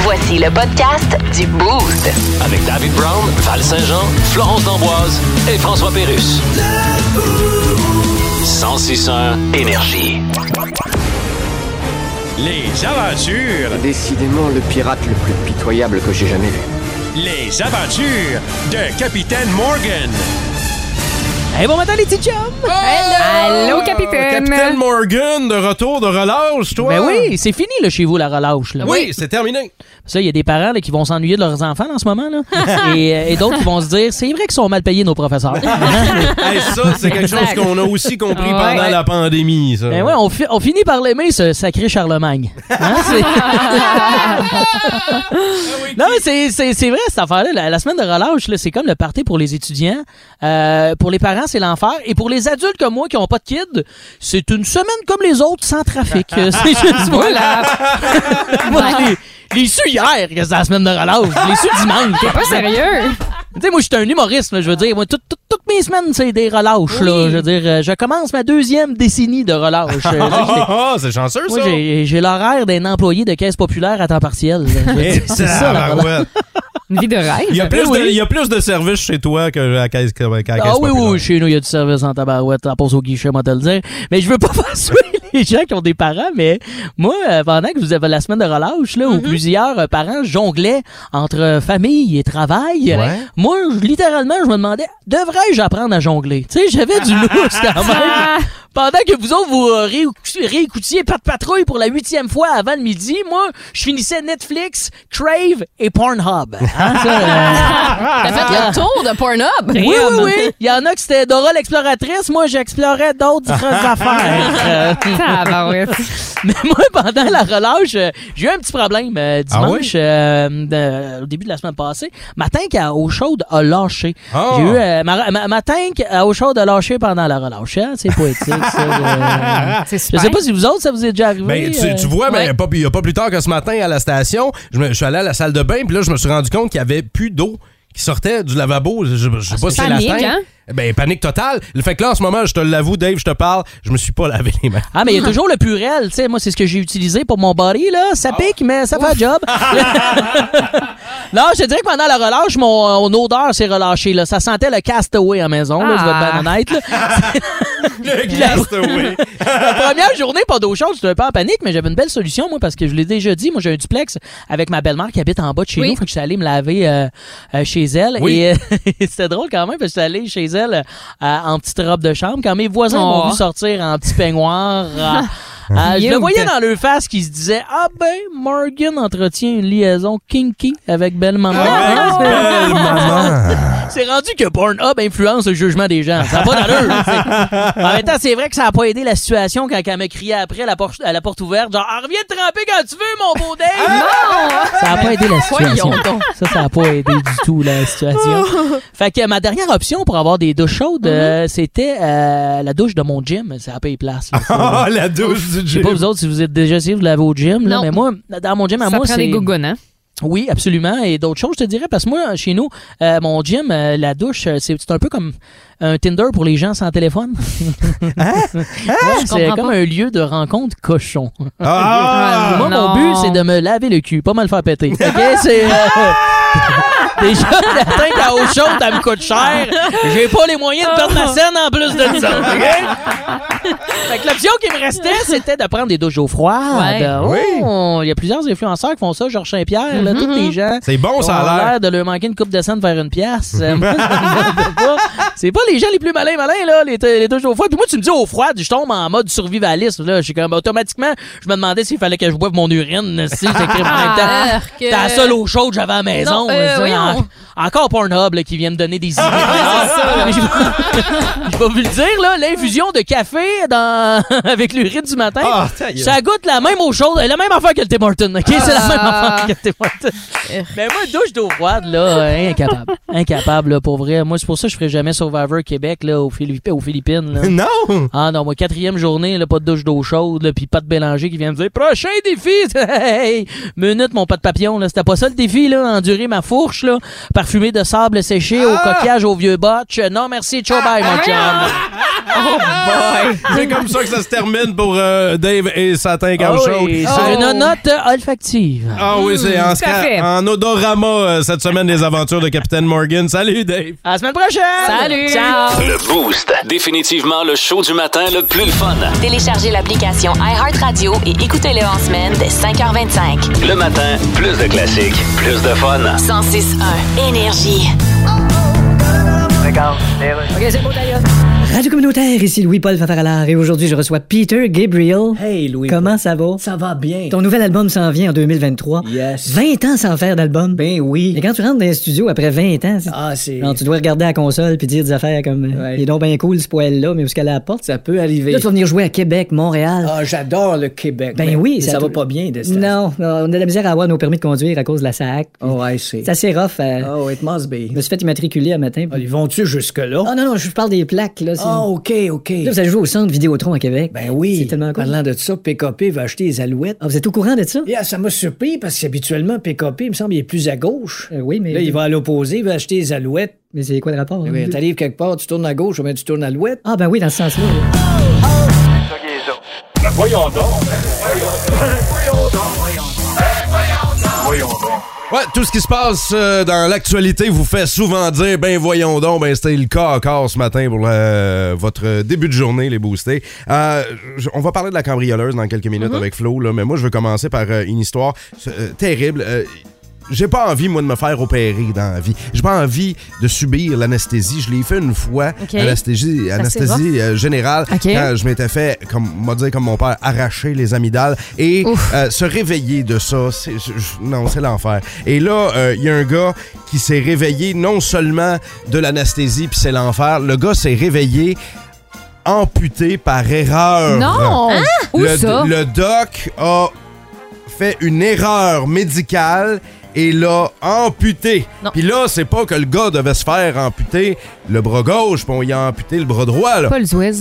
Voici le podcast du Boost. Avec David Brown, Val Saint-Jean, Florence D'Amboise et François Pérusse. 106.1 Énergie. Les aventures. Décidément le pirate le plus pitoyable que j'ai jamais vu. Les aventures de Capitaine Morgan. Hey, bon matin, les petits chums! Allô, capitaine! Capitaine Morgan, de retour de relâche, toi? Ben oui, c'est fini, là, chez vous, la relâche. Là. Oui, c'est terminé. Ça, il y a des parents là, qui vont s'ennuyer de leurs enfants en ce moment, là. et d'autres qui vont se dire, c'est vrai qu'ils sont mal payés, nos professeurs. Hey, ça, c'est quelque chose qu'on a aussi compris pendant la pandémie, ça. Ben ouais, on finit par l'aimer, ce sacré Charlemagne. Hein, non, mais c'est vrai, cette affaire-là. La semaine de relâche, là, c'est comme le party pour les étudiants. Pour les parents, c'est l'enfer. Et pour les adultes comme moi qui n'ont pas de kids, c'est une semaine comme les autres, sans trafic. C'est juste voilà. Moi, je l'ai su hier que c'est la semaine de relâche. Je l'ai su dimanche. T'es pas sérieux? Tu sais, moi, je suis un humoriste, là, je veux dire. Moi, toutes mes semaines, c'est des relâches, là. Je veux dire, je commence ma 2e décennie de relâche. C'est chanceux, ça. Moi, j'ai l'horaire d'un employé de caisse populaire à temps partiel. C'est ça, la relâche. Une vie de rêve. Il y a plus de services chez toi que à la caisse populaire. Oui, chez nous, il y a du service en tabarouette. En pause au guichet, moi, te le dire. Mais je veux pas faire suer les gens qui ont des parents, mais moi, pendant que vous avez la semaine de relâche, là, où plusieurs parents jonglaient entre famille et travail, moi, littéralement, je me demandais, devrais-je apprendre à jongler? Tu sais, j'avais du lousse quand même. Pendant que vous autres, vous réécoutiez Pat Patrouille pour la 8e fois avant le midi, moi, je finissais Netflix, Crave et Pornhub. Hein, T'as fait le tour de Pornhub? Oui. Il y en a que c'était Dora l'exploratrice. Moi, j'explorais d'autres affaires. Mais moi, pendant la relâche, j'ai eu un petit problème dimanche, au début de la semaine passée. Ma tank à eau chaude a lâché. J'ai eu ma tank à eau chaude a lâché pendant la relâche. Hein? C'est poétique. Je sais pas si vous autres, ça vous est déjà arrivé. Ben, tu vois, il n'y a pas plus tard que ce matin à la station, je suis allé à la salle de bain, puis là, je me suis rendu compte qu'il n'y avait plus d'eau qui sortait du lavabo. Je sais pas si c'est la tank. Hein? Ben, panique totale. Le fait que là, en ce moment, je te l'avoue, Dave, je te parle, je me suis pas lavé les mains. Ah, mais il y a toujours le Purel. Tu sais, moi, c'est ce que j'ai utilisé pour mon body, là. Ça pique, mais ça fait le job. Non, je te dirais que pendant la relâche, mon odeur s'est relâchée, là. Ça sentait le castaway à la maison, là. Je vais être bien honnête, là. Le castaway. La première journée, pas d'eau chaude, j'étais un peu en panique, mais j'avais une belle solution, moi, parce que je l'ai déjà dit. Moi, j'ai un duplex avec ma belle-mère qui habite en bas de chez nous. Fait que je suis allé me laver chez elle. Et c'était drôle quand même, parce que je suis allé chez elle en petite robe de chambre. Quand mes voisins m'ont vu sortir en petit peignoir, je le voyais dans leur face qui se disait « Ah ben, Morgan entretient une liaison kinky avec Belle Maman. » Belle Maman! C'est rendu que Pornhub influence le jugement des gens. Ça n'a pas d'allure. En même temps, c'est vrai que ça n'a pas aidé la situation quand elle m'a crié après à la porte ouverte, genre « Reviens te tremper quand tu veux, mon beau Dave! » Non! Ça n'a pas aidé la situation. Ça n'a pas aidé du tout la situation. Fait que ma dernière option pour avoir des douches chaudes, c'était la douche de mon gym. Ça a payé place. La douche du gym. Je sais pas vous autres si vous êtes déjà essayé de vous laver au gym, là, mais moi, dans mon gym à moi, c'est... Ça prend des gougounes, hein? Oui, absolument. Et d'autres choses, je te dirais, parce que moi, chez nous, mon gym, la douche, c'est un peu comme un Tinder pour les gens sans téléphone. C'est comme un lieu de rencontre cochon. Moi, mon but, c'est de me laver le cul, pas me le faire péter. OK? C'est... Déjà, la tank à eau chaude, elle me coûte cher. J'ai pas les moyens de perdre ma scène en plus de ça. OK? Fait que l'option qui me restait, c'était de prendre des douches d'eau froide. Il y a plusieurs influenceurs qui font ça. Georges Saint-Pierre, là, tous les gens. C'est bon, ça a l'air. De leur manquer une coupe de scène vers une pièce. C'est pas les gens les plus malins, là, les douches d'eau froide. Puis moi, tu me dis eau froide, je tombe en mode survivaliste. Là, je suis comme automatiquement, je me demandais s'il fallait que je boive mon urine. Si j'écris en même temps. T'as la seule eau chaude que j'avais à la maison. Encore Pornhub là, qui vient me donner des idées. Je vais vous le dire, là, l'infusion de café avec l'urine du matin, ça goûte la même eau chaude, la même affaire que le Tim Hortons. Okay? C'est la même affaire que le Tim Hortons. Mais moi, douche d'eau froide, là, incapable. Incapable, là, pour vrai. Moi, c'est pour ça que je ferai jamais ça Survivor Québec là, aux Philippines. Là. Non! Ah non, moi, 4e journée, là, pas de douche d'eau chaude, là, puis pas de Bélanger qui vient me dire « Prochain défi! » Hey! Minute, mon pas de papillon, là. C'était pas ça le défi, là, endurer ma fourche, là, parfumée de sable séché au coquillage au vieux botch. Non, merci, ciao, bye, mon chum. Oh boy! C'est comme ça que ça se termine pour Dave et Satin Gaucho. Oui, sur une note olfactive. Ah oui, c'est en odorama cette semaine des aventures de Capitaine Morgan. Salut, Dave! À la semaine prochaine! Salut! Ciao! Le Boost. Définitivement le show du matin le plus le fun. Téléchargez l'application iHeartRadio et écoutez-le en semaine dès 5h25. Le matin, plus de classiques, plus de fun. 106.1 Énergie. Radio communautaire, ici Louis-Paul Fafaralard et aujourd'hui je reçois Peter Gabriel. Hey Louis. Comment ça va? Ça va bien. Ton nouvel album s'en vient en 2023. Yes. 20 ans sans faire d'album. Ben oui. Et quand tu rentres dans les studios après 20 ans, c'est... genre, tu dois regarder à la console puis dire des affaires comme il est donc bien cool ce poêle-là, mais où est-ce qu'elle apporte? Ça peut arriver. Là, tu vas venir jouer à Québec, Montréal. Ah, j'adore le Québec. Ben oui, mais ça va pas bien de ce temps. Non, on a de la misère à avoir nos permis de conduire à cause de la SAC. Oh, I see. C'est assez rough. Oh, it must be. Je me suis fait immatriculer un matin. Ils vont-tu jusque-là? Ah non, je parle des plaques, là. Ah, OK. Là, vous allez jouer au centre Vidéotron à Québec. Ben oui. C'est tellement cool. Parlant de ça, PKP va acheter les Alouettes. Ah, vous êtes au courant de ça? Yeah, ça m'a surpris parce qu'habituellement, PKP, il me semble, il est plus à gauche. Oui, mais... Là, il va à l'opposé, il va acheter les Alouettes. Mais c'est quoi le rapport? Eh bien, t'arrives quelque part, tu tournes à gauche ou bien tu tournes à l'ouette. Ah, ben oui, dans ce sens-là. Ouais, tout ce qui se passe dans l'actualité vous fait souvent dire « Ben voyons donc, ben c'était le cas encore ce matin pour votre début de journée, les boostés. » On va parler de la cambrioleuse dans quelques minutes avec Flo, là, mais moi je veux commencer par une histoire terrible. J'ai pas envie, moi, de me faire opérer dans la vie. J'ai pas envie de subir l'anesthésie. Je l'ai fait une fois, anesthésie générale, quand je m'étais fait, comme mon père, arracher les amygdales et se réveiller de ça. Non, c'est l'enfer. Et là, il y a un gars qui s'est réveillé non seulement de l'anesthésie, puis c'est l'enfer. Le gars s'est réveillé amputé par erreur. Non! Hein? Où ça? Le doc a fait une erreur médicale et l'a amputé. Puis là, c'est pas que le gars devait se faire amputer le bras gauche, puis on y a amputé le bras droit. Là. Pas le Zouiz.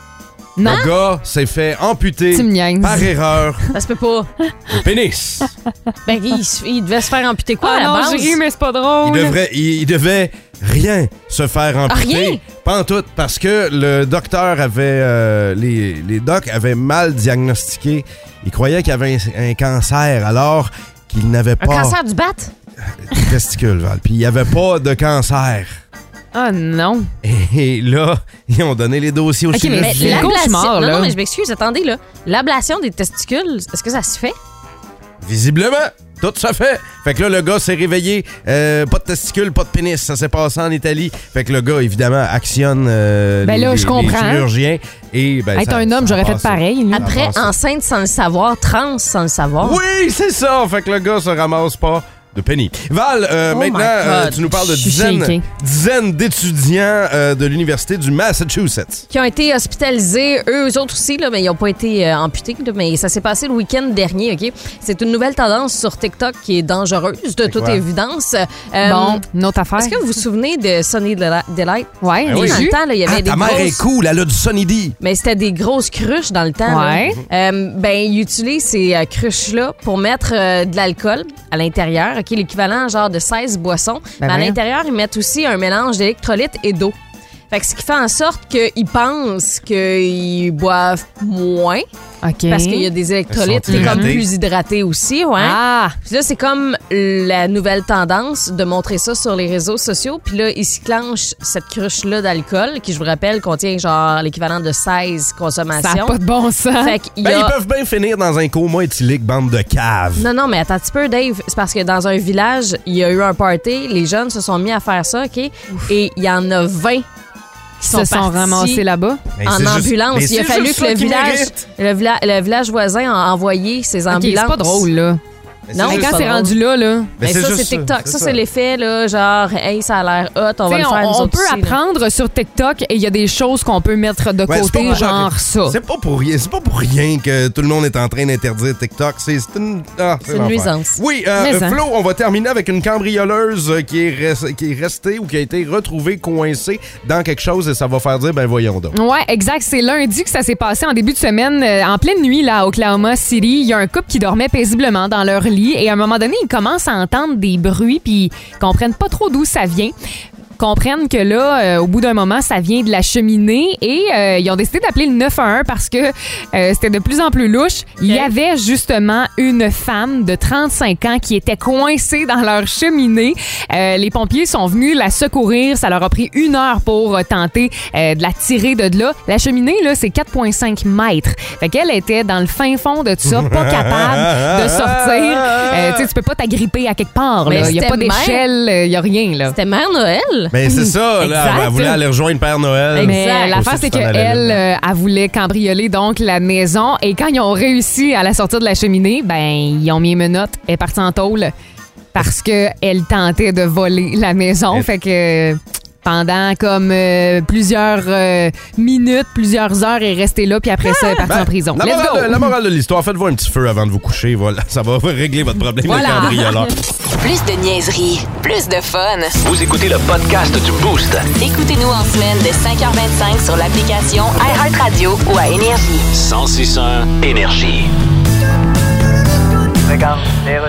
Non. Le gars s'est fait amputer par erreur ça se peut pas. le pénis. Ben, il devait se faire amputer quoi à la base? J'ai eu, mais c'est pas drôle. Il devait rien se faire amputer. Rien? Pas en tout, parce que le docteur avait... les docs avaient mal diagnostiqué. Ils croyaient qu'il y avait un cancer, alors qu'il n'avait pas... Un cancer du bat? Testicule, Val. Puis il n'y avait pas de cancer. Ah non. Et là, ils ont donné les dossiers au chirurgien. Mais l'ablation... Non, mais je m'excuse, attendez, là. L'ablation des testicules, est-ce que ça se fait? Visiblement, tout se fait. Fait que là, le gars s'est réveillé. Pas de testicules, pas de pénis. Ça s'est passé en Italie. Fait que le gars, évidemment, actionne les chirurgiens. Et, être un homme, j'aurais fait pareil. Lui. Après, enceinte sans le savoir, trans sans le savoir. Oui, c'est ça. Fait que le gars se ramasse pas de penny. Val, maintenant, tu nous parles de dizaines d'étudiants de l'Université du Massachusetts. Qui ont été hospitalisés, eux autres aussi, là, mais ils n'ont pas été amputés. Là, mais ça s'est passé le week-end dernier. OK? C'est une nouvelle tendance sur TikTok qui est dangereuse, de toute évidence. Bon, une autre affaire. Est-ce que vous vous souvenez de Sunny Delight? Oui, dans le temps, il y avait des ta mère est cool, elle a du Sunny D. Mais c'était des grosses cruches dans le temps. Ouais. Ils utilisent ces cruches-là pour mettre de l'alcool à l'intérieur. OK, l'équivalent genre de 16 boissons. Mais à l'intérieur, ils mettent aussi un mélange d'électrolytes et d'eau. Fait que ce qui fait en sorte qu'ils pensent qu'ils boivent moins. OK. Parce qu'il y a des électrolytes, c'est comme plus hydraté aussi, ouais. Ah! Puis là, c'est comme la nouvelle tendance de montrer ça sur les réseaux sociaux. Puis là, ils se clenchent cette cruche-là d'alcool, qui, je vous rappelle, contient genre l'équivalent de 16 consommations. Ça n'a pas de bon sens. Fait ils peuvent bien finir dans un coma éthylique, bande de caves. Non, mais attends un petit peu, Dave. C'est parce que dans un village, il y a eu un party, les jeunes se sont mis à faire ça, OK? Ouf. Et il y en a 20 qui se sont ramassés là-bas en ambulance. Il a fallu que le village voisin a envoyé ses ambulances. C'est pas drôle, là. Non, mais quand c'est rendu là. Mais ça, c'est TikTok. Ça, c'est l'effet, là, genre, hey, ça a l'air hot, on va le faire. On peut apprendre sur TikTok et il y a des choses qu'on peut mettre de côté, genre ça. C'est pas pour rien que tout le monde est en train d'interdire TikTok. C'est une nuisance. Oui, Flo, on va terminer avec une cambrioleuse qui est restée ou qui a été retrouvée coincée dans quelque chose et ça va faire dire, ben voyons donc. Ouais, exact. C'est lundi que ça s'est passé en début de semaine, en pleine nuit, là, à Oklahoma City. Il y a un couple qui dormait paisiblement dans leur lit et à un moment donné, ils commencent à entendre des bruits puis ils comprennent pas trop d'où ça vient. Comprennent que là, au bout d'un moment, ça vient de la cheminée et ils ont décidé d'appeler le 911 parce que c'était de plus en plus louche. Okay. Il y avait justement une femme de 35 ans qui était coincée dans leur cheminée. Les pompiers sont venus la secourir. Ça leur a pris 1 heure pour tenter de la tirer de là. La cheminée, là, c'est 4,5 mètres. Fait qu'elle était dans le fin fond de tout ça, pas capable de sortir. Tu peux pas t'agripper à quelque part. Il y a pas d'échelle, il y a rien. Là. C'était Mère Noël. Ben c'est ça, là, elle voulait aller rejoindre Père Noël. Mais l'affaire, c'est qu'elle, elle voulait cambrioler donc la maison et quand ils ont réussi à la sortir de la cheminée, ben ils ont mis une menotte, elle est partie en tôle parce qu'elle tentait de voler la maison. Fait que pendant comme plusieurs minutes, plusieurs heures, elle est restée là, puis après ça, elle est partie en prison. La morale de l'histoire, faites-vous un petit feu avant de vous coucher, voilà. Ça va régler votre problème de cambrioleur. Plus de niaiserie, plus de fun. Vous écoutez le podcast du Boost. Écoutez-nous en semaine de 5h25 sur l'application iHeartRadio ou à Énergie. 106.1 Énergie. Regarde,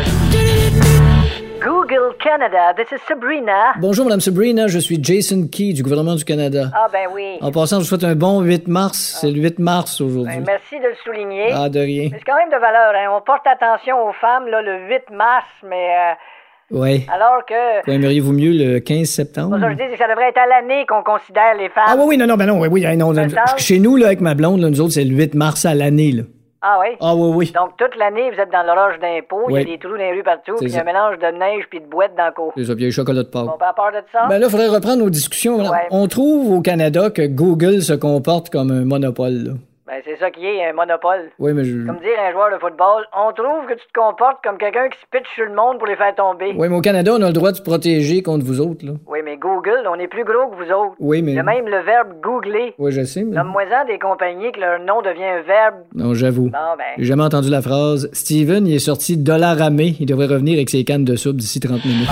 Google Canada, this is Sabrina. Bonjour, Mme Sabrina, je suis Jason Key du gouvernement du Canada. Ah, ben oui. En passant, je vous souhaite un bon 8 mars. C'est le 8 mars aujourd'hui. Ben, merci de le souligner. Ah, de rien. C'est quand même de valeur, hein. On porte attention aux femmes, là, le 8 mars, mais... Oui. Alors que... Aimeriez-vous mieux le 15 septembre? Ça, je dis que ça devrait être à l'année qu'on considère les femmes. Ah oui, non, chez nous, là, avec ma blonde, là, nous autres, c'est le 8 mars à l'année, là. Ah oui? Ah oui. Donc, toute l'année, vous êtes dans l'horloge d'impôts, il y a des trous dans les rues partout, puis il y a un mélange de neige puis de boîte dans le cours. C'est ça, puis il y a un chocolat de Pâques. On peut à part de ça? Ben là, il faudrait reprendre nos discussions. Ouais. On trouve au Canada que Google se comporte comme un monopole, là. Ben, c'est ça qui est un monopole. Oui, mais Comme dire un joueur de football, on trouve que tu te comportes comme quelqu'un qui se pitche sur le monde pour les faire tomber. Oui, mais au Canada, on a le droit de se protéger contre vous autres, là. Oui, mais Google, on est plus gros que vous autres. Oui, mais... Il y a même le verbe googler. Oui, je sais, mais... Nomme-moi-en des compagnies que leur nom devient un verbe. Non, j'avoue. Bon, ben... J'ai jamais entendu la phrase. Steven, il est sorti $ramé. Il devrait revenir avec ses cannes de soupe d'ici 30 minutes.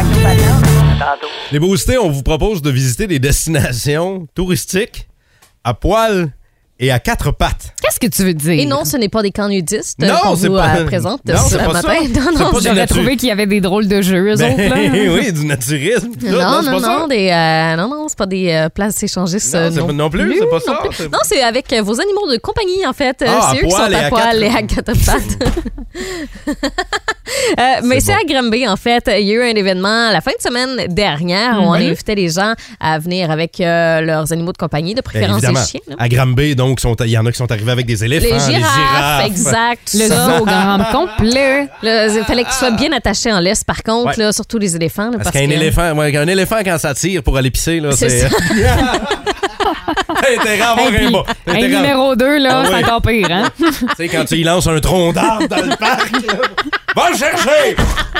Les boostés, on vous propose de visiter des destinations touristiques à poil et à 4 pattes. Qu'est-ce que tu veux dire? Et non, ce n'est pas des camps nudistes qu'on vous présente ce matin. Non, j'aurais trouvé qu'il y avait des drôles de jeux, eux autres. Là. Oui, du naturisme. Non, c'est pas des places échégistes. Non plus, c'est pas ça. Non, c'est avec vos animaux de compagnie, en fait. Ah, c'est eux qui sont à poil et à 4 pattes. Mais c'est à Granby, en fait. Il y a eu un événement la fin de semaine dernière où on invitait les gens à venir avec leurs animaux de compagnie, de préférence des chiens. À Granby, donc, il y en a qui sont arrivés avec des éléphants, les girafes. Exact. Le zoo grand complet. Il fallait qu'ils soient bien attachés en laisse, par contre, là, surtout les éléphants. Là, parce qu'un éléphant, quand ça tire pour aller pisser, là, c'est... Un numéro 2, là, c'est encore pire, hein? Tu sais, quand tu y lances un tronc d'arbre dans le parc, là, va le chercher!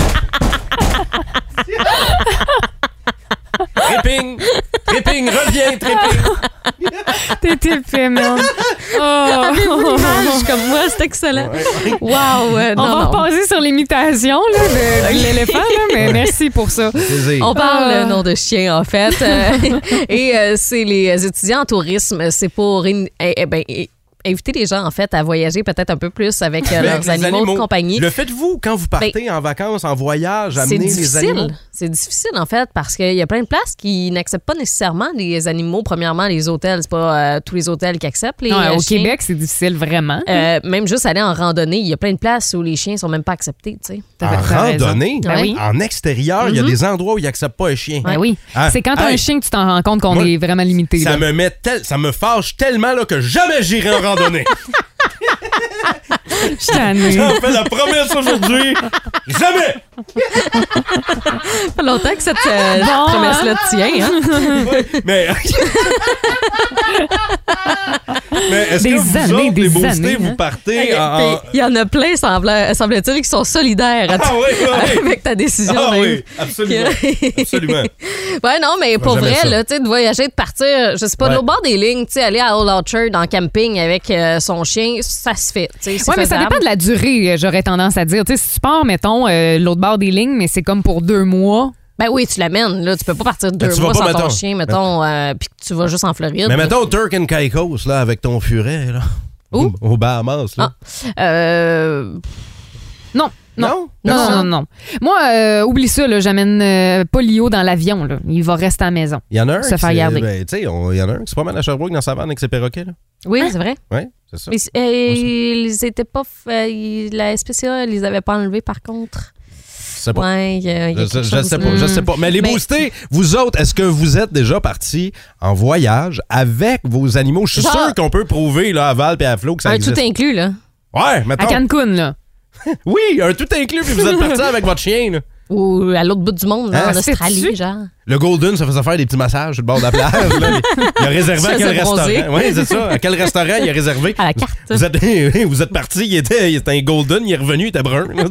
Tripping, reviens, tripping! T'es épais, man. Avez-vous l'image comme moi? C'est excellent. Wow! On va repasser sur l'imitation là, de l'éléphant, là, mais merci pour ça. On parle nom de chien, en fait. Et c'est les étudiants en tourisme. C'est pour... inviter les gens, en fait, à voyager peut-être un peu plus avec leurs animaux de compagnie. Le faites-vous quand vous partez en vacances, en voyage, amener les animaux? C'est difficile, en fait, parce qu'il y a plein de places qui n'acceptent pas nécessairement les animaux. Premièrement, les hôtels, c'est pas tous les hôtels qui acceptent les chiens. Au Québec, c'est difficile, vraiment. Même juste aller en randonnée, il y a plein de places où les chiens sont même pas acceptés, tu sais. En randonnée? Ben oui. En extérieur, il y a des endroits où ils n'acceptent pas un chien. Ben oui. C'est quand t'as un chien que tu t'en rends compte qu'on est vraiment limité. Ça me fâche tellement là, que jamais j'irai en randonnée. J'en fais la promesse aujourd'hui. Jamais! Ça fait longtemps que cette promesse-là tient, hein? Oui, mais... Mais est-ce que vous autres, les boostés, vous partez en... Il y en a plein, semble-t-il, qui sont solidaires avec ta décision. Ah oui, absolument. Absolument. Ouais, non, mais pour vrai, là, tu sais, de voyager, de partir, je sais pas, de l'autre bord des lignes, tu sais, aller à Old Orchard en camping avec son chien, ça se fait. Ouais, mais ça dépend de la durée, j'aurais tendance à dire. Tu sais, si tu pars, mettons, l'autre bord des lignes, mais c'est comme pour 2 mois. Ben oui, tu l'amènes. Là, tu peux pas partir 2 mois sans ton chien, mettons, puis que tu vas juste en Floride. Mais mettons Turk and Caicos, là, avec ton furet, là. Où? Au Bahamas, là. Non. Moi, oublie ça, là, j'amène pas Lio dans l'avion. Là. Il va rester à la maison. Il y en a un se faire garder. Ben, il y en a un qui se promène à Sherbrooke dans sa vanne avec ses perroquets. Là. Oui, c'est vrai. Oui, c'est ça. Mais, ils étaient pas... la SPCA, ils les avait pas enlevés, par contre. Je sais pas. Ouais, je sais pas. Mais les boostés, vous autres, est-ce que vous êtes déjà partis en voyage avec vos animaux? Je suis sûr qu'on peut prouver là, à Val et à Flo que ça existe. Un tout inclus, là. Ouais, mettons. À Cancun, là. Oui, un tout inclus, puis vous êtes partis avec votre chien, là. Ou à l'autre bout du monde, là, en Australie, genre. Le Golden, ça faisait faire des petits massages sur le bord de la plage. Là. Il a réservé à quel restaurant? Oui, c'est ça. À quel restaurant il a réservé? À la carte. Vous êtes partis, il était un Golden, il est revenu, il était brun. Là,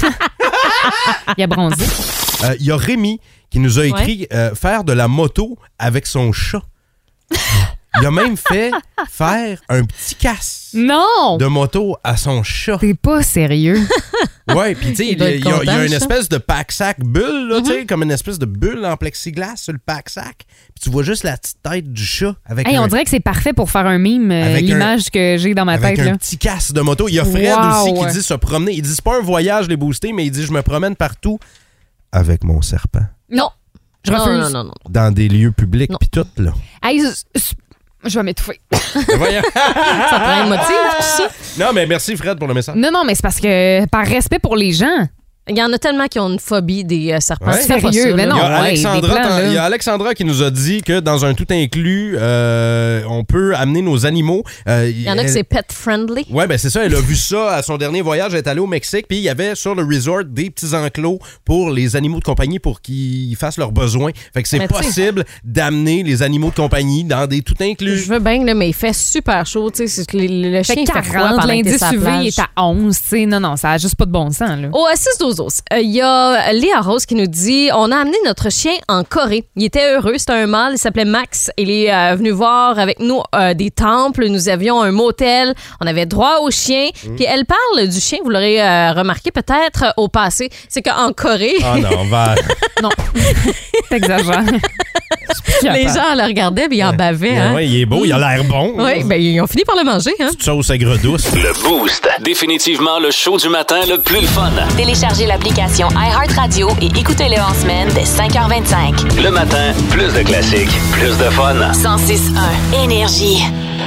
il a bronzé. Il y a Rémi qui nous a écrit faire de la moto avec son chat. Il a même fait faire un petit casse de moto à son chat. T'es pas sérieux? Ouais, puis tu sais, il y a une espèce de pack-sac bulle, là, tu sais, comme une espèce de bulle en plexiglas sur le pack-sac. Puis tu vois juste la petite tête du chat. Avec on dirait que c'est parfait pour faire un mime, l'image que j'ai dans ma tête. Avec un là. petit casse de moto. Il y a Fred aussi qui dit se promener. Il dit c'est pas un voyage les boostés, mais il dit je me promène partout avec mon serpent. Non. Je refuse. Non. Dans des lieux publics puis tout, là. Hey, je vais m'étouffer. Ça prend un motif, tout ça. Non, mais merci Fred pour le message. Non, mais c'est parce que par respect pour les gens. Il y en a tellement qui ont une phobie des serpents. Ouais. Sérieux, mais non. Il y a Alexandra qui nous a dit que dans un tout inclus, on peut amener nos animaux. Il y en a que c'est pet friendly. Ouais, ben c'est ça. Elle a vu ça à son dernier voyage. Elle est allée au Mexique. Puis il y avait sur le resort des petits enclos pour les animaux de compagnie pour qu'ils fassent leurs besoins. Fait que c'est possible d'amener les animaux de compagnie dans des tout inclus. Je veux bien, là, mais il fait super chaud. Le chien fait 40, l'indice UV est à 11. Non, ça n'a juste pas de bon sens. Là. Au 6-12. Il y a Léa Rose qui nous dit on a amené notre chien en Corée. Il était heureux, c'était un mâle, il s'appelait Max. Il est venu voir avec nous des temples. Nous avions un motel. On avait droit au chien. Puis elle parle du chien, vous l'aurez remarqué peut-être au passé. C'est qu'en Corée. Ah non, non, t'exagères. Les gens le regardaient et ils en bavaient. Hein? Oui, il est beau, il a l'air bon. Oui, ben ils ont fini par le manger. Hein? Petite sauce aigre-douce. Le Boost. Définitivement le show du matin le plus le fun. Téléchargez l'application iHeartRadio et écoutez-le en semaine dès 5h25. Le matin, plus de classiques, plus de fun. 106.1 Énergie.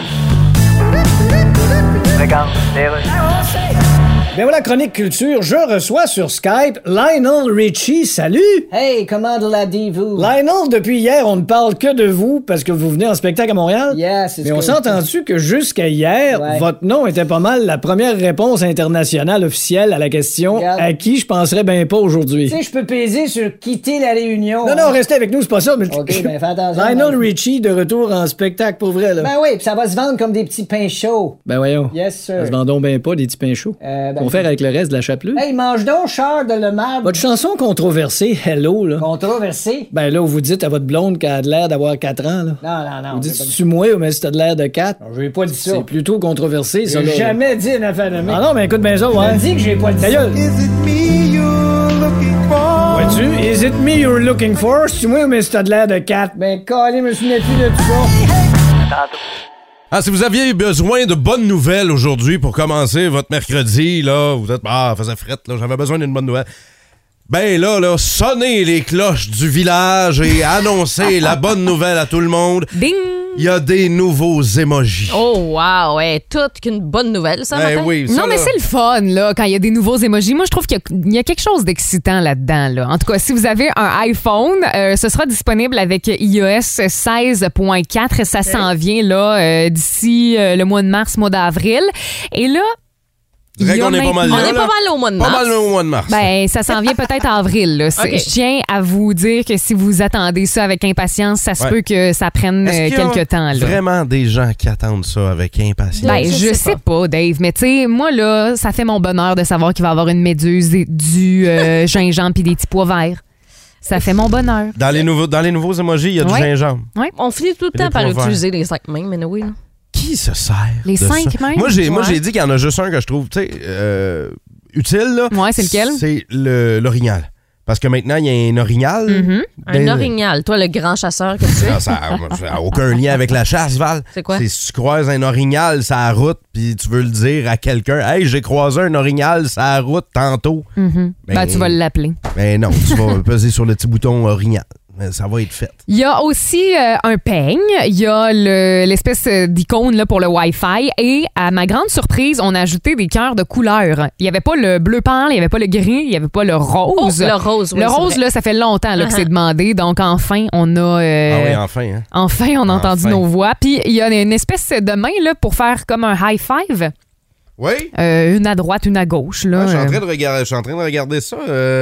Regarde, ben voilà, Chronique Culture, je reçois sur Skype Lionel Richie. Salut! Hey, comment l'avez-vous? Lionel, depuis hier, on ne parle que de vous parce que vous venez en spectacle à Montréal. Yes, mais on s'est entendu que jusqu'à hier, votre nom était pas mal la première réponse internationale officielle à la question à qui je penserais bien pas aujourd'hui. Tu sais, je peux peser sur quitter la Réunion. Non, restez avec nous, c'est pas ça. Mais OK, ben fais attention. Lionel Richie de retour en spectacle pour vrai, là. Ben oui, pis ça va se vendre comme des petits pains chauds. Ben voyons. Yes, sir. Ça se vend donc bien pas, des petits pains chauds. On fait avec le reste de la chapelure. Hey, mange donc, Charles de Le Marbre. Votre chanson controversée, Hello, là. Controversée? Ben là, où vous dites à votre blonde qu'elle a de l'air d'avoir 4 ans, là. Non. Vous dites, tu moi ou mais si t'as de l'air de 4? Non, j'ai pas dit ça. C'est plutôt controversé, ça, là. J'ai jamais dit une affaire de mec. Ah non, mais écoute bien ça, ouais. Je dis que j'ai pas dit ça. Is it me you're looking for? Vois-tu? Is it me you're looking for? Si tu moi ou mais si t'as de l'air de 4? Ben, calé, me souviens plus de tout ça. Ah, si vous aviez besoin de bonnes nouvelles aujourd'hui pour commencer votre mercredi, là, vous êtes, faisait frette, là, j'avais besoin d'une bonne nouvelle. Ben là, sonnez les cloches du village et annoncez la bonne nouvelle à tout le monde. Ding! Il y a des nouveaux emojis. Oh, wow, ouais, toute qu'une bonne nouvelle, ça, matin. Oui, ça, non, mais c'est le fun, là, quand il y a des nouveaux emojis. Moi, je trouve qu'il y a quelque chose d'excitant là-dedans, là. En tout cas, si vous avez un iPhone, ce sera disponible avec iOS 16.4. Ça s'en vient, là, d'ici le mois de mars, mois d'avril. Et là, Je dirais qu'on est pas mal là. On est pas mal au mois de mars. Pas mal au mois de mars. Ben, ça s'en vient peut-être en avril. Là. Okay. Je tiens à vous dire que si vous attendez ça avec impatience, ça se peut que ça prenne quelques temps. Là. Vraiment des gens qui attendent ça avec impatience. Ben, je sais pas, Dave, mais tu sais, moi, là, ça fait mon bonheur de savoir qu'il va y avoir une méduse, du gingembre puis des petits pois verts. Ça fait mon bonheur. Dans les nouveaux emojis, il y a du gingembre. Ouais. On finit tout le temps par utiliser les 5 mains, mais oui. Qui se sert les de 5 ça? mains? Moi, j'ai dit qu'il y en a juste un que je trouve, tu sais, utile. Là. Ouais, c'est lequel? C'est l'orignal. Parce que maintenant, il y a un orignal. Mm-hmm. Un orignal. Toi, le grand chasseur que tu es. Ça n'a aucun lien avec la chasse, Val. C'est quoi? C'est si tu croises un orignal sur la route puis tu veux le dire à quelqu'un. Hey, j'ai croisé un orignal sur la route tantôt. Mm-hmm. Ben, tu vas l'appeler. Ben non, tu vas peser sur le petit bouton orignal. Ça va être fait. Il y a aussi un peigne. Il y a l'espèce d'icône là, pour le Wi-Fi. Et à ma grande surprise, on a ajouté des cœurs de couleur. Il n'y avait pas le bleu pâle, il n'y avait pas le gris, il n'y avait pas le rose. Oh, le rose, oui. Le rose, là, ça fait longtemps là, que c'est demandé. Donc, enfin, on a... ah oui, enfin. Hein? Enfin, on a entendu nos voix. Puis, il y a une espèce de main là, pour faire comme un high five. Oui. Une à droite, une à gauche. Là. Ouais, je suis en train de regarder ça.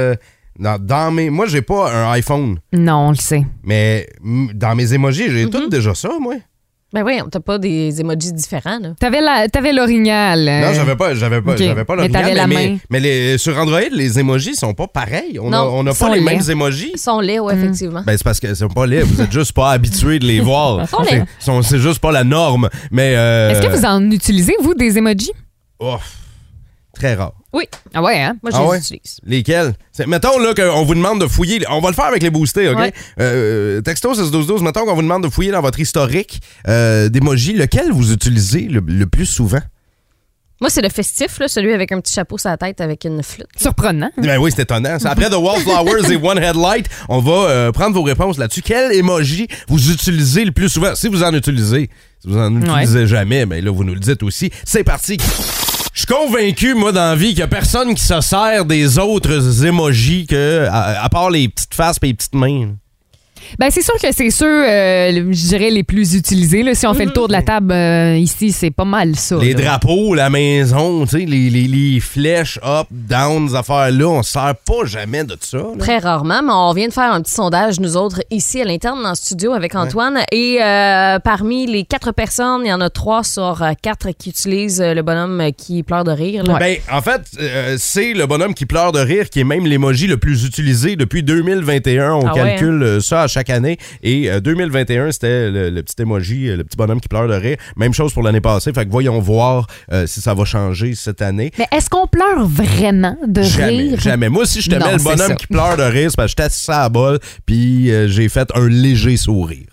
Moi, j'ai pas un iPhone. Non, on le sait. Mais dans mes emojis, j'ai tout déjà ça, moi. Ben oui, t'as pas des emojis différents, là. T'avais l'orignal. Non, j'avais pas l'orignal. Mais t'avais la main. Mais sur Android, les emojis sont pas pareils. On n'a pas les mêmes emojis. Ils sont laids, oui, effectivement. Ben, c'est parce qu'ils sont pas laids. Vous êtes juste pas habitués de les voir. Ils sont laids. C'est juste pas la norme. Mais est-ce que vous en utilisez, vous, des emojis? Oh, très rare. Oui. Ah ouais, hein? Moi, je les utilise. Lesquels? Mettons là qu'on vous demande de fouiller. On va le faire avec les boostés, OK? Ouais. Texto 61212, mettons qu'on vous demande de fouiller dans votre historique d'emojis. Lequel vous utilisez le plus souvent? Moi, c'est le festif, là, celui avec un petit chapeau sur la tête avec une flûte. Surprenant. Ben oui, c'est étonnant. Après The Wallflowers et One Headlight, on va prendre vos réponses là-dessus. Quel emoji vous utilisez le plus souvent? Si vous en utilisez. Si vous en utilisez jamais, ben là, vous nous le dites aussi. C'est parti! Je suis convaincu, moi, dans la vie, qu'il n'y a personne qui se sert des autres emojis à part les petites faces et les petites mains. Ben c'est sûr que c'est ceux, je dirais, les plus utilisés. Là. Si on fait le tour de la table ici, c'est pas mal ça. Les là. drapeaux, la maison, tu sais, les flèches up, down, ces affaires-là, on se sert pas jamais de ça. Là. Très rarement, mais on vient de faire un petit sondage, nous autres, ici à l'interne, dans le studio avec Antoine. Et parmi les 4 personnes, il y en a 3 sur 4 qui utilisent le bonhomme qui pleure de rire. Là. Ben, en fait, c'est le bonhomme qui pleure de rire qui est même l'emoji le plus utilisé depuis 2021. On calcule ça à chaque année. Et 2021, c'était le petit emoji, le petit bonhomme qui pleure de rire. Même chose pour l'année passée. Fait que voyons voir si ça va changer cette année. Mais est-ce qu'on pleure vraiment de rire? Jamais. Moi, si je te mets le bonhomme qui pleure de rire, c'est parce que je t'assis à la bolle puis j'ai fait un léger sourire.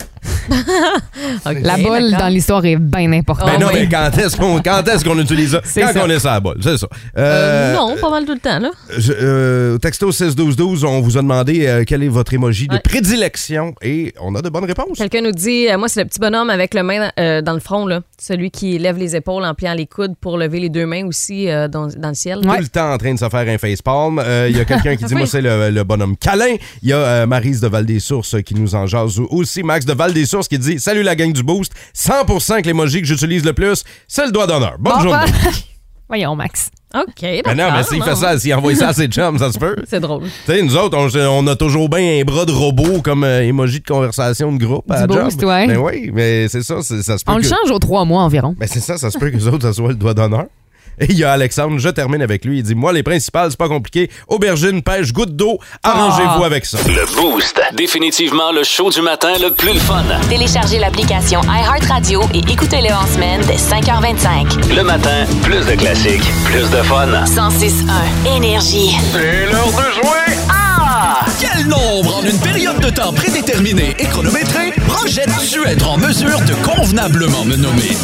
Okay, la bolle dans l'histoire est bien importante. Ben non, mais quand est-ce qu'on utilise ça? Quand on est sur la bolle, c'est ça. Non, pas mal tout le temps, là. Texto 61212, on vous a demandé quel est votre emoji de prédilection et on a de bonnes réponses. Quelqu'un nous dit, moi, c'est le petit bonhomme avec le main dans le front, là. Celui qui lève les épaules en pliant les coudes pour lever les 2 mains aussi dans le ciel. Tout le temps en train de se faire un facepalm. Il y a quelqu'un qui dit, moi, c'est le bonhomme câlin. Il y a Maryse de Val-des-Sources qui nous en jase aussi. Max de Val-des-Sources qui dit, salut la gang du Boost. 100% que l'emoji que j'utilise le plus, c'est le doigt d'honneur. Bonne journée. Voyons, Max. OK, mais non, mais s'il fait ça, s'il envoie ça à ses chums, ça se peut. C'est drôle. Tu sais, nous autres, on a toujours bien un bras de robot comme emoji de conversation de groupe à du job. Boost, ouais. Ben oui, mais c'est ça, ça se peut. On le change aux 3 mois environ. Ben c'est ça se peut que les autres, ça soit le doigt d'honneur. Et il y a Alexandre, je termine avec lui. Il dit, moi, les principales, c'est pas compliqué. Aubergine, pêche, goutte d'eau, arrangez-vous avec ça. Le Boost. Définitivement le show du matin le plus fun. Téléchargez l'application iHeartRadio et écoutez-le en semaine dès 5h25. Le matin, plus de classiques, plus de fun. 106.1 Énergie. C'est l'heure de jouer à... Quel nombre, en une période de temps prédéterminée et chronométrée, projettes-tu être en mesure de convenablement me nommer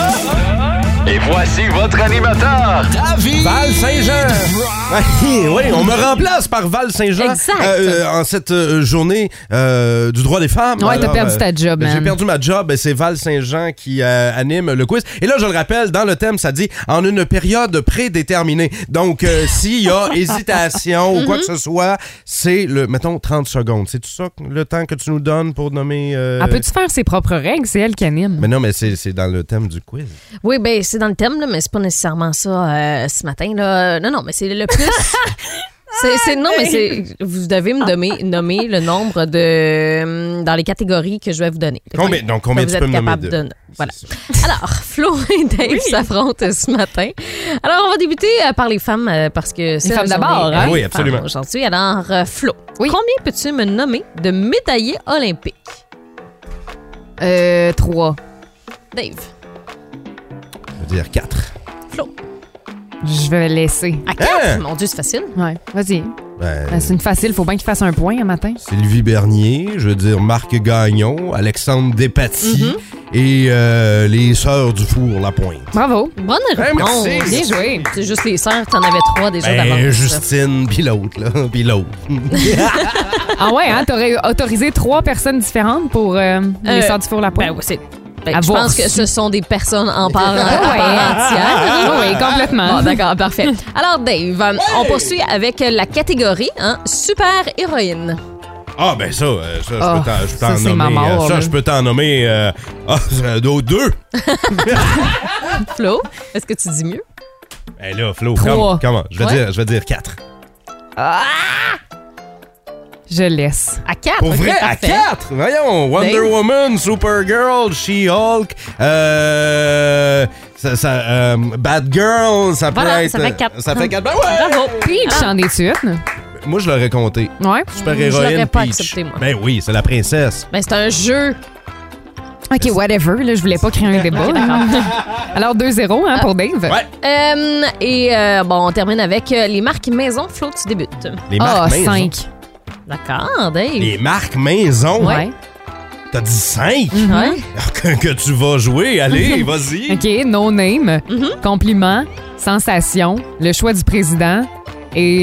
Et voici votre animateur, David Val Saint-Jean. Oui, on me remplace par Val Saint-Jean en cette journée du droit des femmes. Ouais, t'as perdu ta job, man. J'ai perdu ma job. C'est Val Saint-Jean qui anime le quiz. Et là, je le rappelle, dans le thème, ça dit en une période prédéterminée. Donc, s'il y a hésitation ou quoi que ce soit, c'est mettons, 30 secondes. C'est tout ça le temps que tu nous donnes pour nommer... Elle peut-tu faire ses propres règles? C'est elle qui anime. Mais non, mais c'est dans le thème du quiz. Oui, ben c'est dans le thème, là, mais c'est pas nécessairement ça ce matin. Là. Non, mais c'est le plus... Vous devez me nommer le nombre de dans les catégories que je vais vous donner. Combien vous êtes capable de voilà. Alors, Flo et Dave s'affrontent ce matin. Alors, on va débuter par les femmes parce que c'est les femmes d'abord. Hein? Oui, absolument. Aujourd'hui, alors Flo, combien peux-tu me nommer de médaillés olympiques? 3. Dave. Je veux dire 4. Flo. Je vais laisser. À 4? Mon Dieu, c'est facile. Ouais, vas-y. C'est une facile, faut bien qu'il fasse un point un matin. Sylvie Bernier, je veux dire Marc Gagnon, Alexandre Despatie et les Sœurs du Four-Lapointe. Bravo. Bonne réponse. Merci. Bien joué. C'est juste les sœurs, t'en avais 3 déjà d'avance. Justine, puis l'autre, là, puis l'autre. Ah ouais, hein, t'aurais autorisé 3 personnes différentes pour les Sœurs du Four-Lapointe? Ben oui, c'est... je pense que ce sont des personnes en part entière. Oui, complètement. Bon, d'accord, parfait. Alors, Dave, on poursuit avec la catégorie super-héroïne. Ah, ben ça, je peux t'en c'est nommer. ma mort, je peux t'en nommer 2. Flo, est-ce que tu dis mieux? Ben là, Flo, 3. comment? Je vais dire 4. Je laisse. À 4? Pour vrai, à 4? Voyons, Wonder Dave? Woman, Supergirl, She-Hulk, Batgirl, ça peut Voilà, être... ça fait 4. Ça fait 4. Ben ouais! Bravo. Peach en est une. Moi, je l'aurais compté. Ouais. Super-héroïne, Je l'aurais pas Peach. accepté, moi. Ben oui, c'est la princesse. Ben, c'est un jeu. OK, whatever. Là, je voulais pas créer un débat. Alors, 2-0 pour Dave. Ouais. On termine avec les marques maison. Flo, tu débutes. Les marques maison. 5. D'accord, Dave. Les marques maison? Ouais. T'as dit 5? Ouais. Que tu vas jouer, allez, vas-y. OK, no name, compliment, sensation, le choix du président et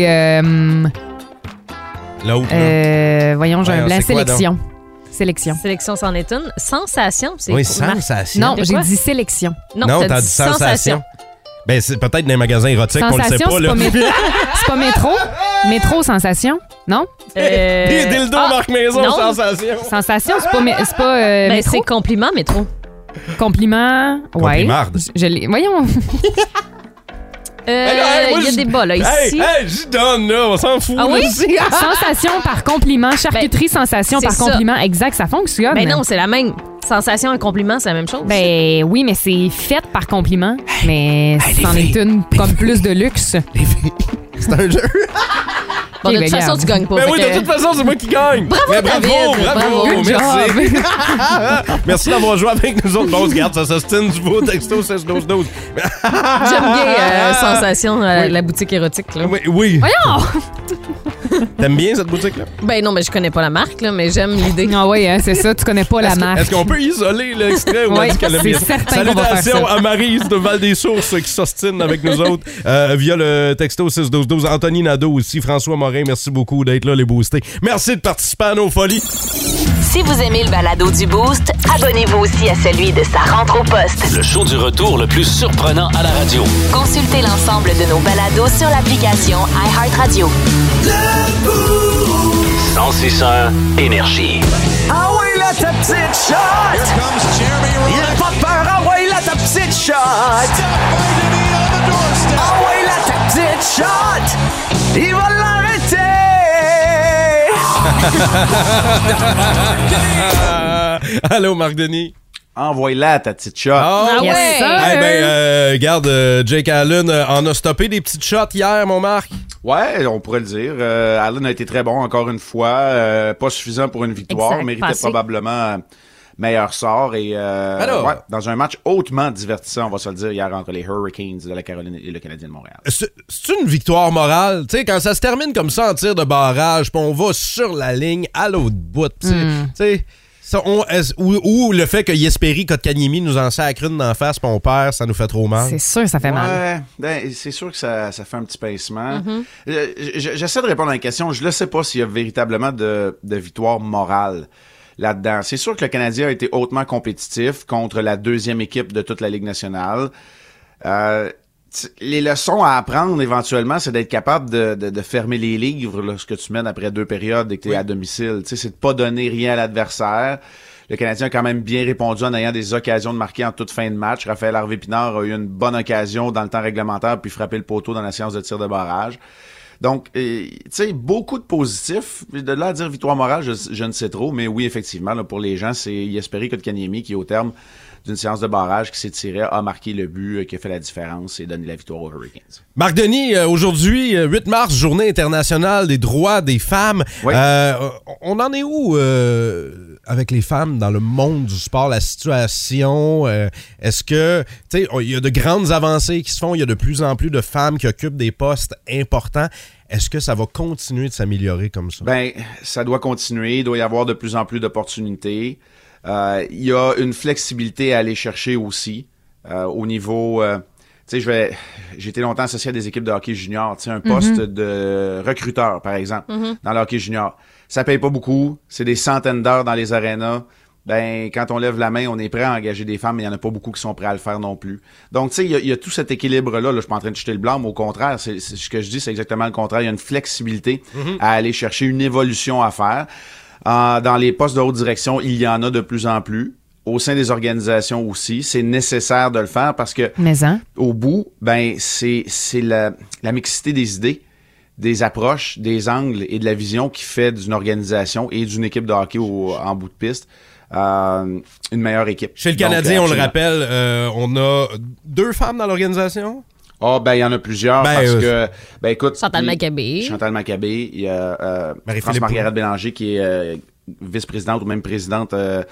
L'autre, là. voyons, j'ai un blanc, c'est quoi, sélection. Sélection. Sélection, c'en est une. Sensation, c'est Oui, pour marque. sensation. Non, De j'ai quoi? dit sélection. Non, t'as dit sensation. Ben, c'est peut-être dans les magasins érotiques, on le sait Sensation, pas, là. c'est pas métro. Métro, sensation. Non? Les dildos marque maison, non. sensation. Sensation, c'est pas Ben, métro. c'est compliment, métro. Compliment. Ouais. Complimarde. Je l'ai. Voyons. Il y a des bas, là, ici. Hey, j'y donne, là, on s'en fout. Ah oui? là. Sensation par compliment. Charcuterie, sensation c'est par ça. compliment. Exact, ça fonctionne. Ben non, c'est la même. Sensation et compliment, c'est la même chose. Ben oui, mais c'est fait par compliment. Mais les c'en est filles. une comme plus de luxe. C'est un jeu. Bon, de Ok, toute façon, regarde. tu gagnes pas. Ben fait oui, que- de toute façon, c'est moi qui gagne. Bravo, Mais David. bravo, Good merci. Merci d'avoir joué avec nous autres. Bon, regarde, ça s'ostine du beau texto 16-12-12. J'aime bien Sensation, la boutique érotique. Là. Oui. Voyons! T'aimes bien cette boutique-là? Ben non, mais je connais pas la marque, là, mais j'aime l'idée. Ah oui, hein, c'est ça, tu connais pas la marque. Est-ce qu'on peut isoler l'extrait où on Oui, dit qu'elle aime c'est bien? certain qu'on va faire Salutations ça. à Maryse de Val-des-Sources qui s'ostine avec nous autres via le texto 6-12-12. Anthony Nadeau aussi, François Morin, merci beaucoup d'être là, les boostés. Merci de participer à nos folies. Si vous aimez le balado du Boost, abonnez-vous aussi à celui de Sa rentre au poste. Le show du retour le plus surprenant à la radio. Consultez l'ensemble de nos balados sur l'application iHeartRadio. 106.1 Énergie. Ah oui, là, ta petite shot! Il a pas peur, ah ouais, là, ta petite shot! Ah ouais, là, ta petite shot! Il va l'arrêter! Allô, Marc Denis. Envoie-la ta petite shot. Ah Yes, ouais! sir. Eh ben, regarde, Jake Allen en a stoppé des petites shots hier, mon Marc. Ouais, on pourrait le dire. Allen a été très bon encore une fois. Pas suffisant pour une victoire. Exact, Méritait passé. probablement meilleur sort. Et Alors? ouais, dans un match hautement divertissant, on va se le dire, hier entre les Hurricanes de la Caroline et le Canadien de Montréal. C'est une victoire morale. Tu sais, quand ça se termine comme ça en tir de barrage, puis on va sur la ligne à l'autre bout. Tu sais, ça, ou le fait que Jesperi Kotkaniemi nous en sacre une d'en face, puis on perd, ça nous fait trop mal. C'est sûr, ça fait mal. Ouais, ben, c'est sûr que ça fait un petit pincement. J'essaie de répondre à la question. Je ne sais pas s'il y a véritablement de victoire morale là-dedans. C'est sûr que le Canadien a été hautement compétitif contre la deuxième équipe de toute la Ligue nationale. Les leçons à apprendre éventuellement, c'est d'être capable de fermer les livres lorsque tu mènes après 2 périodes et que tu es à domicile. Tu sais, c'est de pas donner rien à l'adversaire. Le Canadien a quand même bien répondu en ayant des occasions de marquer en toute fin de match. Raphaël Harvey-Pinard a eu une bonne occasion dans le temps réglementaire puis frappé le poteau dans la séance de tir de barrage. Donc, tu sais, beaucoup de positifs. De là à dire victoire morale, je ne sais trop, mais oui, effectivement, là, pour les gens, c'est Jesperi Kotkaniemi qui, au terme d'une séance de barrage qui s'est tirée, a marqué le but qui a fait la différence et donné la victoire aux Hurricanes. Marc Denis, aujourd'hui, 8 mars, journée internationale des droits des femmes. Oui. On en est où avec les femmes dans le monde du sport, la situation? Est-ce que, tu sais, il y a de grandes avancées qui se font, il y a de plus en plus de femmes qui occupent des postes importants. Est-ce que ça va continuer de s'améliorer comme ça? Ben, ça doit continuer. Il doit y avoir de plus en plus d'opportunités. Il y a une flexibilité à aller chercher aussi au niveau... tu sais, j'ai été longtemps associé à des équipes de hockey junior. Tu sais, un poste de recruteur, par exemple, dans le hockey junior. Ça paye pas beaucoup. C'est des centaines d'heures dans les arénas. Ben, quand on lève la main, on est prêt à engager des femmes, mais il y en a pas beaucoup qui sont prêts à le faire non plus. Donc, tu sais, il y a tout cet équilibre-là. Là, je suis pas en train de jeter le blâme. Au contraire, c'est ce que je dis, c'est exactement le contraire. Il y a une flexibilité à aller chercher, une évolution à faire. Dans les postes de haute direction, il y en a de plus en plus. Au sein des organisations aussi, c'est nécessaire de le faire parce que au bout, ben c'est la mixité des idées, des approches, des angles et de la vision qui fait d'une organisation et d'une équipe de hockey en bout de piste une meilleure équipe. Chez le Canadien, on le rappelle, on a 2 femmes dans l'organisation. Ah, ben, il y en a plusieurs parce que, ben, écoute. Chantal Maccabé, il y a France-Margaret Bélanger qui est vice-présidente ou même présidente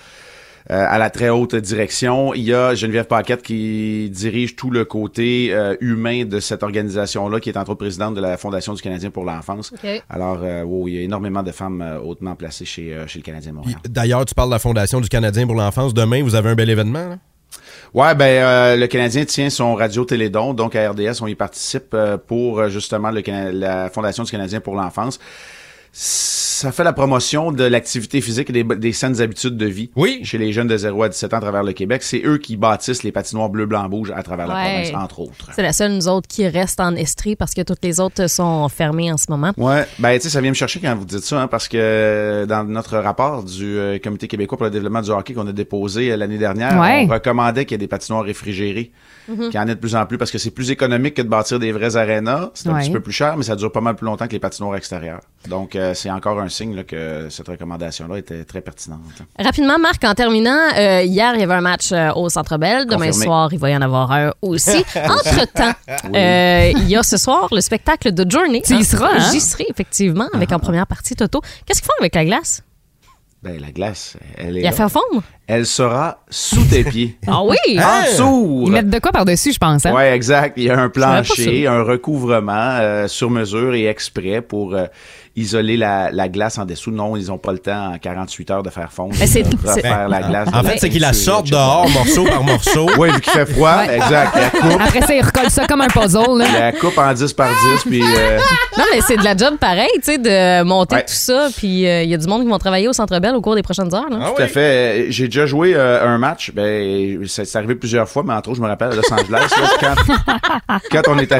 à la très haute direction. Il y a Geneviève Paquette qui dirige tout le côté humain de cette organisation-là, qui est entre autres présidente de la Fondation du Canadien pour l'enfance. Okay. Alors, il y a énormément de femmes hautement placées chez le Canadien de Montréal. D'ailleurs, tu parles de la Fondation du Canadien pour l'enfance. Demain, vous avez un bel événement, là? Ouais, ben le Canadien tient son radio-télédon, donc à RDS, on y participe pour justement la Fondation du Canadien pour l'enfance. Ça fait la promotion de l'activité physique et des saines habitudes de vie chez les jeunes de 0 à 17 ans à travers le Québec. C'est eux qui bâtissent les patinoires bleu, blanc, rouge à travers la province, entre autres. C'est la seule, nous autres, qui reste en Estrie parce que toutes les autres sont fermées en ce moment. Ouais, ben tu sais, ça vient me chercher quand vous dites ça, hein, parce que dans notre rapport du Comité québécois pour le développement du hockey qu'on a déposé l'année dernière, on recommandait qu'il y ait des patinoires réfrigérées. Qu'il y en ait de plus en plus parce que c'est plus économique que de bâtir des vrais arénas. C'est un petit peu plus cher, mais ça dure pas mal plus longtemps que les patinoires extérieures. Donc, c'est encore un signe là, que cette recommandation-là était très pertinente. Rapidement, Marc, en terminant, hier, il y avait un match au Centre Bell. Demain soir, il va y en avoir un aussi. Entre-temps, il y a ce soir le spectacle de Journey. Tu y seras, hein? J'y serai, effectivement, avec en première partie Toto. Qu'est-ce qu'ils font avec la glace? Ben, la glace, elle est. Il a fait fondre? Elle sera sous tes pieds. Ah oui? En dessous! Ils mettent de quoi par-dessus, je pense. Hein? Oui, exact. Il y a un plancher, un recouvrement sur mesure et exprès pour isoler la glace en dessous. Non, ils n'ont pas le temps en 48 heures de faire fondre. Refaire la glace. En fait, c'est qu'ils la sortent dehors, morceau par morceau. Oui, vu qu'il fait froid. Exact. La coupe. Après ça, ils recollent ça comme un puzzle. Là. La coupe en 10 par 10. Puis, Non, mais c'est de la job pareil, tu sais, de monter tout ça. Puis il y a du monde qui vont travailler au Centre Bell au cours des prochaines heures. Là. Tout à fait. J'ai déjà joué un match. Ben, c'est arrivé plusieurs fois, mais entre autres, je me rappelle à Los Angeles. Là, quand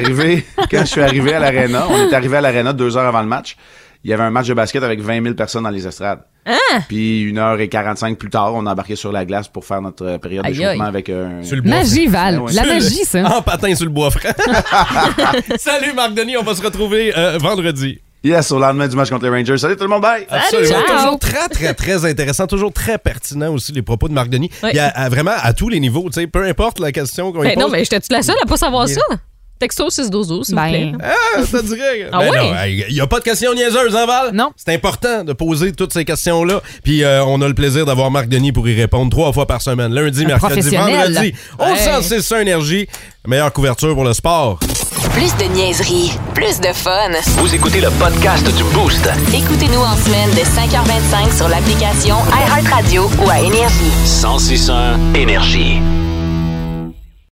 je suis arrivé à l'aréna, on est arrivé à l'aréna 2 heures avant le match. Il y avait un match de basket avec 20 000 personnes dans les estrades. Puis 1h45 plus tard, on a embarqué sur la glace pour faire notre période d'échauffement avec un... Magie, Val. La magie, ça. En patin sur le bois frais. Salut, Marc Denis. On va se retrouver vendredi. Yes, au lendemain du match contre les Rangers. Salut tout le monde, bye! Absolument. Toujours très, très, très intéressant. Toujours très pertinent aussi, les propos de Marc Denis. Il y a vraiment à tous les niveaux, tu sais, peu importe la question qu'on lui pose. Non, mais j'étais-tu la seule à pas savoir ça? Texto 612, s'il vous plaît. Ça dirait. Ah oui? Il n'y a pas de questions niaiseuses, hein, Val? Non. C'est important de poser toutes ces questions-là. Puis on a le plaisir d'avoir Marc Denis pour y répondre 3 fois par semaine. Lundi, mercredi, vendredi. On sent ça énergie. Meilleure couverture pour le sport. Plus de niaiserie, plus de fun. Vous écoutez le podcast du Boost. Écoutez-nous en semaine de 5h25 sur l'application iHeartRadio ou à Énergie. 106.1 Énergie.